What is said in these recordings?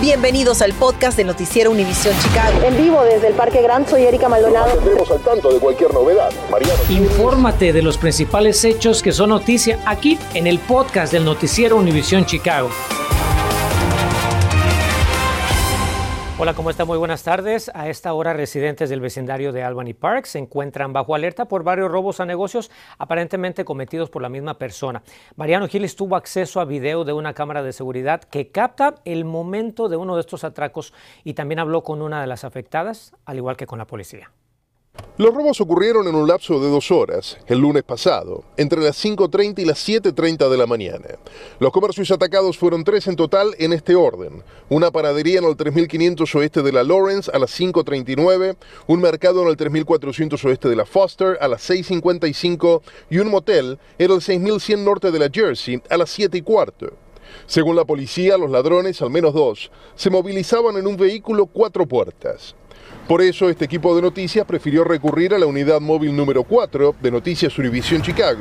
Bienvenidos al podcast del Noticiero Univisión Chicago. En vivo desde el Parque Grant, soy Erika Maldonado. Nos mantendremos al tanto de cualquier novedad. Mariano. Infórmate de los principales hechos que son noticia aquí en el podcast del Noticiero Univisión Chicago. Hola, ¿cómo está? Muy buenas tardes. A esta hora, residentes del vecindario de Albany Park se encuentran bajo alerta por varios robos a negocios aparentemente cometidos por la misma persona. Mariano Giles tuvo acceso a video de una cámara de seguridad que capta el momento de uno de estos atracos y también habló con una de las afectadas, al igual que con la policía. Los robos ocurrieron en un lapso de 2 horas, el lunes pasado, entre las 5:30 y las 7:30 de la mañana. Los comercios atacados fueron 3 en total en este orden. Una panadería en el 3500 oeste de la Lawrence a las 5:39, un mercado en el 3400 oeste de la Foster a las 6:55 y un motel en el 6100 norte de la Jersey a las 7:15. Según la policía, los ladrones, al menos 2, se movilizaban en un vehículo 4 puertas. Por eso, este equipo de noticias prefirió recurrir a la unidad móvil número 4 de Noticias Univisión Chicago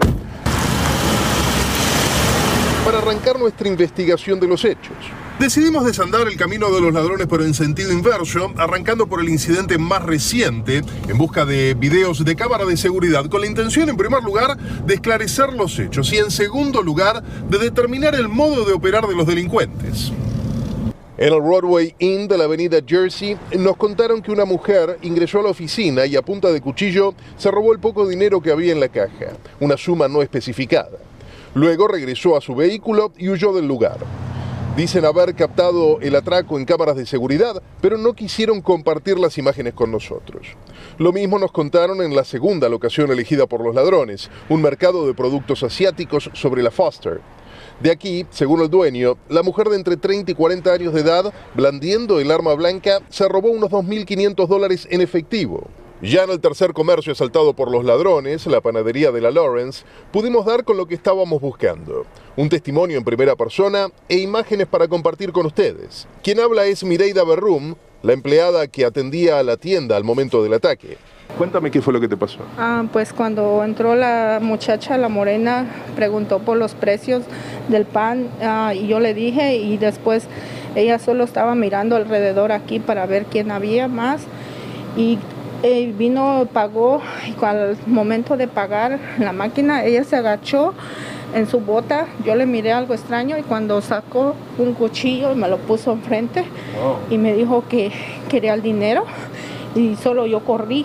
para arrancar nuestra investigación de los hechos. Decidimos desandar el camino de los ladrones pero en sentido inverso, arrancando por el incidente más reciente, en busca de videos de cámara de seguridad, con la intención, en primer lugar, de esclarecer los hechos y, en segundo lugar, de determinar el modo de operar de los delincuentes. En el Broadway Inn de la avenida Jersey nos contaron que una mujer ingresó a la oficina y a punta de cuchillo se robó el poco dinero que había en la caja, una suma no especificada. Luego regresó a su vehículo y huyó del lugar. Dicen haber captado el atraco en cámaras de seguridad, pero no quisieron compartir las imágenes con nosotros. Lo mismo nos contaron en la segunda locación elegida por los ladrones, un mercado de productos asiáticos sobre la Foster. De aquí, según el dueño, la mujer de entre 30 y 40 años de edad, blandiendo el arma blanca, se robó unos $2.500 en efectivo. Ya en el tercer comercio asaltado por los ladrones, la panadería de la Lawrence, pudimos dar con lo que estábamos buscando. Un testimonio en primera persona e imágenes para compartir con ustedes. Quien habla es Mireida Berrum, la empleada que atendía a la tienda al momento del ataque. Cuéntame qué fue lo que te pasó. Pues cuando entró la muchacha, la morena, preguntó por los precios del pan y yo le dije, y después ella solo estaba mirando alrededor aquí para ver quién había más y vino, pagó, y al momento de pagar la máquina ella se agachó en su bota. Yo le miré algo extraño y cuando sacó un cuchillo me lo puso enfrente y me dijo que quería el dinero y solo yo corrí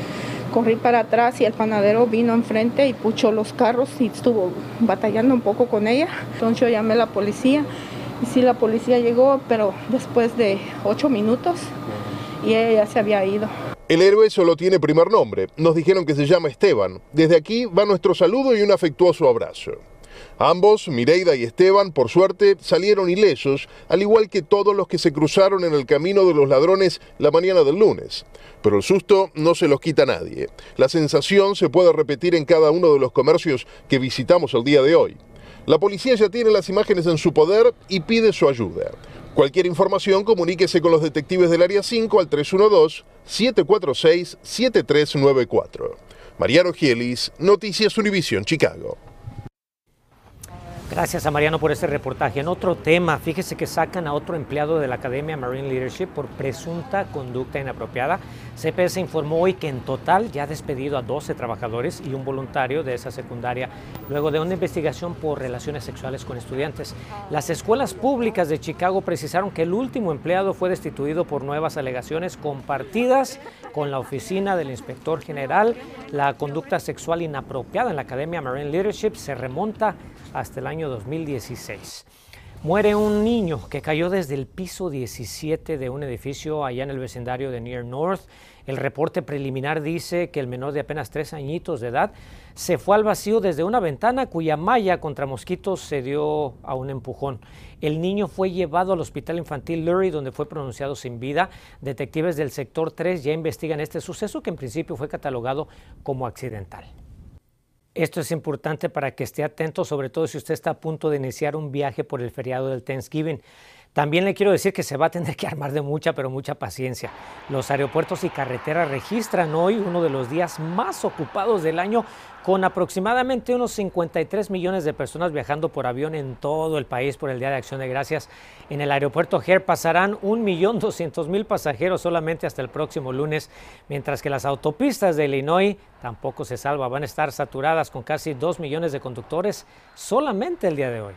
para atrás y el panadero vino enfrente y puchó los carros y estuvo batallando un poco con ella. Entonces yo llamé a la policía y sí, la policía llegó, pero después de 8 minutos y ella ya se había ido. El héroe solo tiene primer nombre. Nos dijeron que se llama Esteban. Desde aquí va nuestro saludo y un afectuoso abrazo. Ambos, Mireida y Esteban, por suerte, salieron ilesos, al igual que todos los que se cruzaron en el camino de los ladrones la mañana del lunes. Pero el susto no se los quita nadie. La sensación se puede repetir en cada uno de los comercios que visitamos el día de hoy. La policía ya tiene las imágenes en su poder y pide su ayuda. Cualquier información, comuníquese con los detectives del Área 5 al 312-746-7394. Mariano Giles, Noticias Univisión Chicago. Gracias a Mariano por este reportaje. En otro tema, fíjese que sacan a otro empleado de la Academia Marine Leadership por presunta conducta inapropiada. CPS informó hoy que en total ya ha despedido a 12 trabajadores y un voluntario de esa secundaria luego de una investigación por relaciones sexuales con estudiantes. Las escuelas públicas de Chicago precisaron que el último empleado fue destituido por nuevas alegaciones compartidas con la oficina del inspector general. La conducta sexual inapropiada en la Academia Marine Leadership se remonta hasta el año 2016. Muere un niño que cayó desde el piso 17 de un edificio allá en el vecindario de Near North. El reporte preliminar dice que el menor de apenas 3 añitos de edad se fue al vacío desde una ventana cuya malla contra mosquitos se dio a un empujón. El niño fue llevado al hospital infantil Lurie, donde fue pronunciado sin vida. Detectives del sector 3 ya investigan este suceso, que en principio fue catalogado como accidental. Esto es importante para que esté atento, sobre todo si usted está a punto de iniciar un viaje por el feriado del Thanksgiving. También le quiero decir que se va a tener que armar de mucha, pero mucha paciencia. Los aeropuertos y carreteras registran hoy uno de los días más ocupados del año, con aproximadamente unos 53 millones de personas viajando por avión en todo el país por el Día de Acción de Gracias. En el aeropuerto O'Hare pasarán 1.200.000 pasajeros solamente hasta el próximo lunes, mientras que las autopistas de Illinois tampoco se salvan. Van a estar saturadas con casi 2 millones de conductores solamente el día de hoy.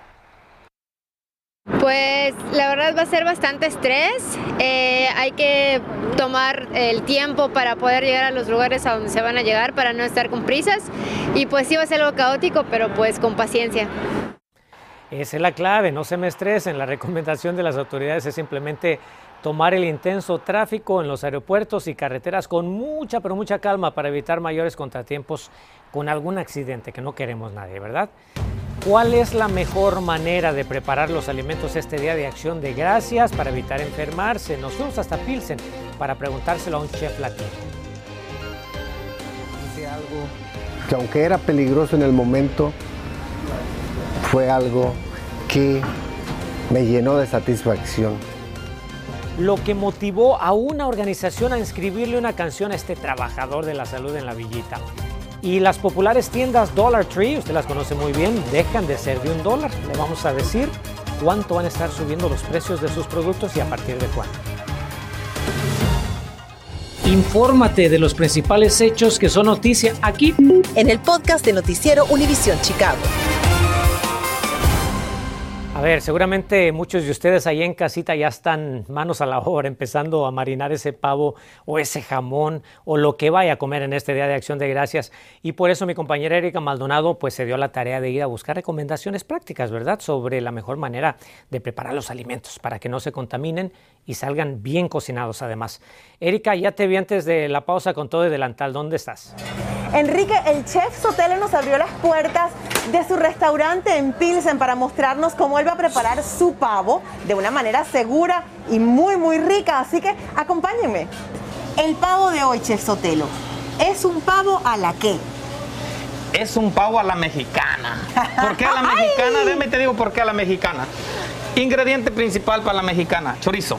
Pues la verdad va a ser bastante estrés, hay que tomar el tiempo para poder llegar a los lugares a donde se van a llegar para no estar con prisas y pues sí va a ser algo caótico, pero pues con paciencia. Esa es la clave, no se me estresen. La recomendación de las autoridades es simplemente tomar el intenso tráfico en los aeropuertos y carreteras con mucha, pero mucha calma para evitar mayores contratiempos con algún accidente, que no queremos nadie, ¿verdad? ¿Cuál es la mejor manera de preparar los alimentos este Día de Acción de Gracias para evitar enfermarse? Nos fuimos hasta Pilsen para preguntárselo a un chef latino. Hice algo que, aunque era peligroso en el momento, fue algo que me llenó de satisfacción. Lo que motivó a una organización a inscribirle una canción a este trabajador de la salud en la villita. Y las populares tiendas Dollar Tree, usted las conoce muy bien, dejan de ser de $1. Le vamos a decir cuánto van a estar subiendo los precios de sus productos y a partir de cuándo. Infórmate de los principales hechos que son noticia aquí en el podcast de Noticiero Univisión Chicago. A ver, seguramente muchos de ustedes ahí en casita ya están manos a la obra, empezando a marinar ese pavo o ese jamón o lo que vaya a comer en este Día de Acción de Gracias. Y por eso mi compañera Erika Maldonado pues se dio la tarea de ir a buscar recomendaciones prácticas, ¿verdad?, sobre la mejor manera de preparar los alimentos para que no se contaminen y salgan bien cocinados además. Erika, ya te vi antes de la pausa con todo el delantal. ¿Dónde estás? Enrique, el chef Sotelo nos abrió las puertas de su restaurante en Pilsen para mostrarnos cómo él va a preparar su pavo de una manera segura y muy rica, así que acompáñenme. El pavo de hoy, chef Sotelo, ¿es un pavo a la qué? Es un pavo a la mexicana. ¿Por qué a la mexicana? Déjame te digo por qué a la mexicana. Ingrediente principal para la mexicana, chorizo.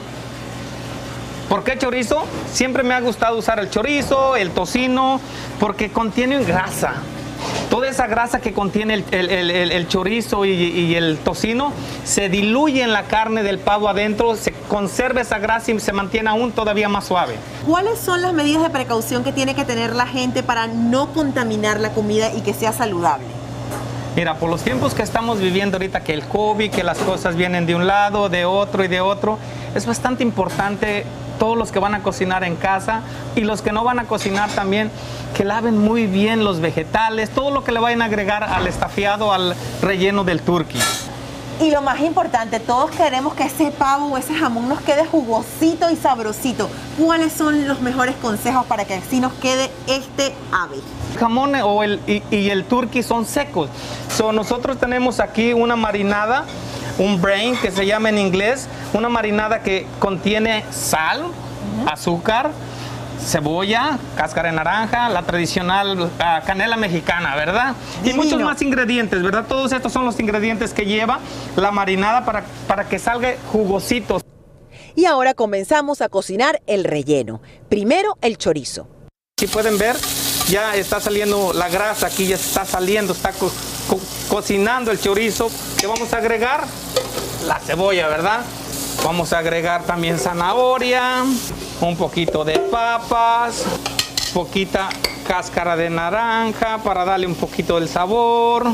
¿Por qué chorizo? Siempre me ha gustado usar el chorizo, el tocino, porque contienen grasa. Toda esa grasa que contiene el chorizo y el tocino se diluye en la carne del pavo adentro, se conserva esa grasa y se mantiene aún todavía más suave. ¿Cuáles son las medidas de precaución que tiene que tener la gente para no contaminar la comida y que sea saludable? Mira, por los tiempos que estamos viviendo ahorita, que el COVID, que las cosas vienen de un lado, de otro y de otro, es bastante importante todos los que van a cocinar en casa y los que no van a cocinar también, que laven muy bien los vegetales, todo lo que le vayan a agregar al estafiado, al relleno del turkey. Y lo más importante, todos queremos que ese pavo o ese jamón nos quede jugosito y sabrosito. ¿Cuáles son los mejores consejos para que así nos quede este ave? El jamón y el turkey son secos. Nosotros tenemos aquí una marinada, un brain que se llama en inglés, una marinada que contiene sal, azúcar, cebolla, cáscara de naranja, la tradicional canela mexicana, ¿verdad? Divino. Y muchos más ingredientes, ¿verdad? Todos estos son los ingredientes que lleva la marinada para que salga jugosito. Y ahora comenzamos a cocinar el relleno. Primero el chorizo. Si pueden ver, ya está saliendo la grasa, aquí ya está saliendo, está cocinando el chorizo. Le vamos a agregar la cebolla, ¿verdad? Vamos a agregar también zanahoria, un poquito de papas, poquita cáscara de naranja para darle un poquito del sabor.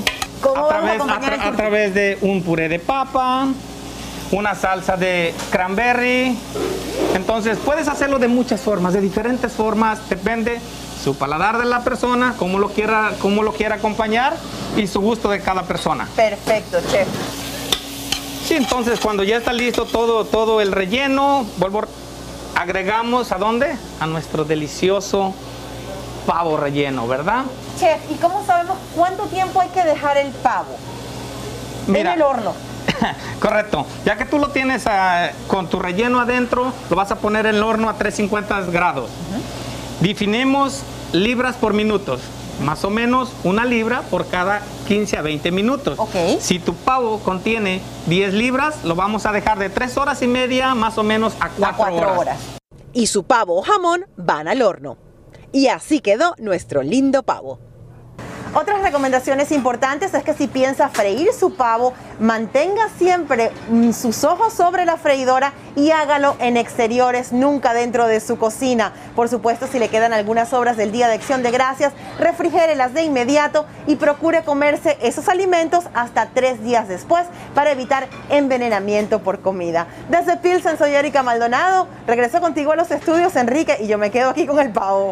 A través de un puré de papa, una salsa de cranberry. Entonces puedes hacerlo de muchas formas, de diferentes formas, depende su paladar de la persona, cómo lo quiera acompañar y su gusto de cada persona. Perfecto, chef. Sí, entonces cuando ya está listo todo el relleno, agregamos ¿a dónde? A nuestro delicioso pavo relleno, ¿verdad? Chef, ¿y cómo sabemos cuánto tiempo hay que dejar el pavo en el horno? Correcto. Ya que tú lo tienes con tu relleno adentro, lo vas a poner en el horno a 350 grados. Definimos libras por minutos. más o menos 1 libra por cada 15 a 20 minutos. Ok. Si tu pavo contiene 10 libras, lo vamos a dejar de 3 horas y media más o menos a 4 horas. Y su pavo o jamón van al horno. Y así quedó nuestro lindo pavo. Otras recomendaciones importantes es que si piensa freír su pavo, mantenga siempre sus ojos sobre la freidora y hágalo en exteriores, nunca dentro de su cocina. Por supuesto, si le quedan algunas sobras del Día de Acción de Gracias, refrigérelas de inmediato y procure comerse esos alimentos hasta 3 días después para evitar envenenamiento por comida. Desde Pilsen, soy Erika Maldonado. Regreso contigo a los estudios, Enrique, y yo me quedo aquí con el pavo.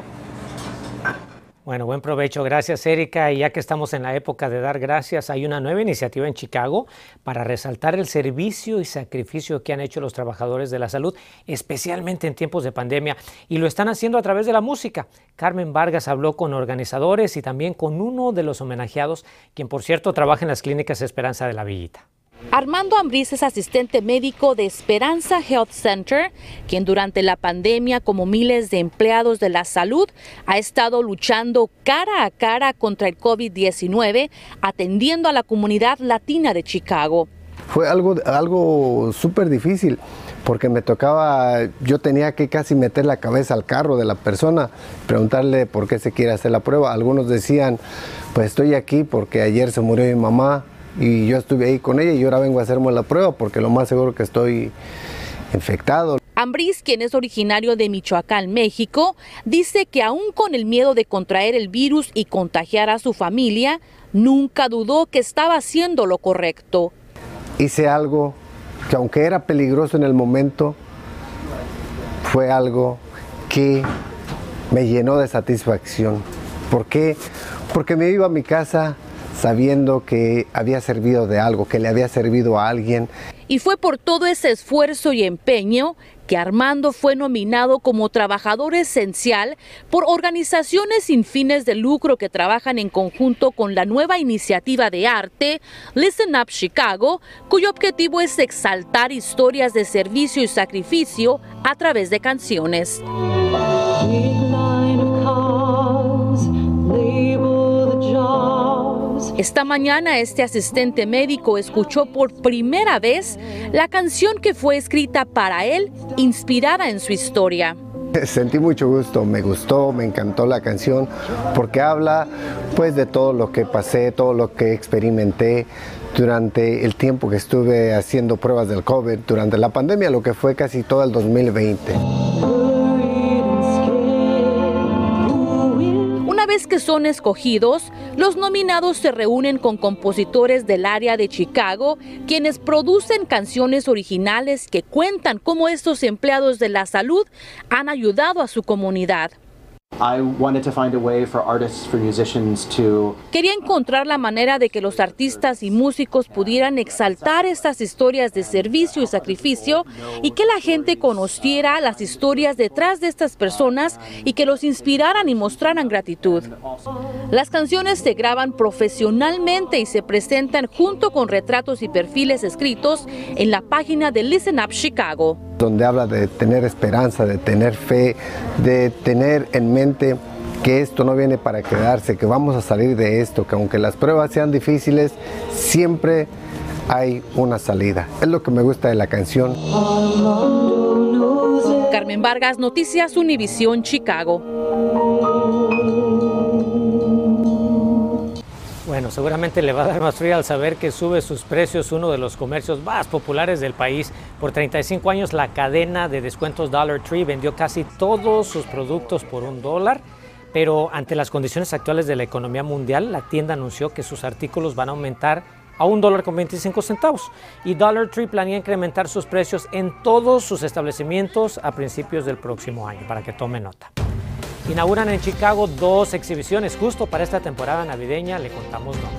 Bueno, buen provecho. Gracias, Erika. Y ya que estamos en la época de dar gracias, hay una nueva iniciativa en Chicago para resaltar el servicio y sacrificio que han hecho los trabajadores de la salud, especialmente en tiempos de pandemia. Y lo están haciendo a través de la música. Carmen Vargas habló con organizadores y también con uno de los homenajeados, quien, por cierto, trabaja en las clínicas Esperanza de la Villita. Armando Ambriz es asistente médico de Esperanza Health Center, quien durante la pandemia, como miles de empleados de la salud, ha estado luchando cara a cara contra el COVID-19, atendiendo a la comunidad latina de Chicago. Fue algo súper difícil, porque me tocaba, yo tenía que casi meter la cabeza al carro de la persona, preguntarle por qué se quiere hacer la prueba. Algunos decían, pues estoy aquí porque ayer se murió mi mamá, y yo estuve ahí con ella y ahora vengo a hacerme la prueba porque lo más seguro que estoy infectado. Ambriz, quien es originario de Michoacán, México, dice que aún con el miedo de contraer el virus y contagiar a su familia, nunca dudó que estaba haciendo lo correcto. Hice algo que, aunque era peligroso en el momento, fue algo que me llenó de satisfacción. ¿Por qué? Porque me iba a mi casa sabiendo que había servido de algo, que le había servido a alguien. Y fue por todo ese esfuerzo y empeño que Armando fue nominado como trabajador esencial por organizaciones sin fines de lucro que trabajan en conjunto con la nueva iniciativa de arte Listen Up Chicago, cuyo objetivo es exaltar historias de servicio y sacrificio a través de canciones. Esta mañana este asistente médico escuchó por primera vez la canción que fue escrita para él, inspirada en su historia. Sentí mucho gusto, me gustó, me encantó la canción porque habla pues de todo lo que pasé, todo lo que experimenté durante el tiempo que estuve haciendo pruebas del COVID, durante la pandemia, lo que fue casi todo el 2020. Una vez que son escogidos, los nominados se reúnen con compositores del área de Chicago, quienes producen canciones originales que cuentan cómo estos empleados de la salud han ayudado a su comunidad. Quería encontrar la manera de que los artistas y músicos pudieran exaltar estas historias de servicio y sacrificio y que la gente conociera las historias detrás de estas personas y que los inspiraran y mostraran gratitud. Las canciones se graban profesionalmente y se presentan junto con retratos y perfiles escritos en la página de Listen Up Chicago, donde habla de tener esperanza, de tener fe, de tener en mente que esto no viene para quedarse, que vamos a salir de esto, que aunque las pruebas sean difíciles, siempre hay una salida. Es lo que me gusta de la canción. Carmen Vargas, Noticias Univisión, Chicago. Bueno, seguramente le va a dar más frío al saber que sube sus precios uno de los comercios más populares del país. Por 35 años, la cadena de descuentos Dollar Tree vendió casi todos sus productos por $1, pero ante las condiciones actuales de la economía mundial, la tienda anunció que sus artículos van a aumentar a $1.25 y Dollar Tree planea incrementar sus precios en todos sus establecimientos a principios del próximo año, para que tome nota. Inauguran en Chicago 2 exhibiciones justo para esta temporada navideña, le contamos dónde.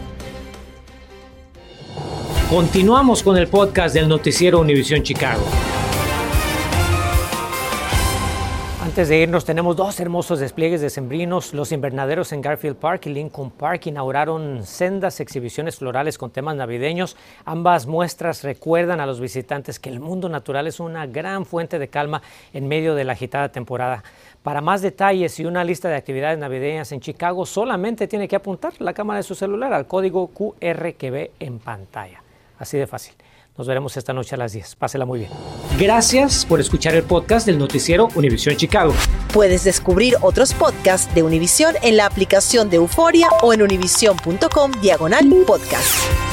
Continuamos con el podcast del noticiero Univisión Chicago. Antes de irnos, tenemos 2 hermosos despliegues decembrinos. Los invernaderos en Garfield Park y Lincoln Park inauguraron sendas exhibiciones florales con temas navideños. Ambas muestras recuerdan a los visitantes que el mundo natural es una gran fuente de calma en medio de la agitada temporada. Para más detalles y una lista de actividades navideñas en Chicago, solamente tiene que apuntar la cámara de su celular al código QR que ve en pantalla. Así de fácil. Nos veremos esta noche a las 10. Pásela muy bien. Gracias por escuchar el podcast del noticiero Univisión Chicago. Puedes descubrir otros podcasts de Univisión en la aplicación de Euforia o en univision.com/podcast.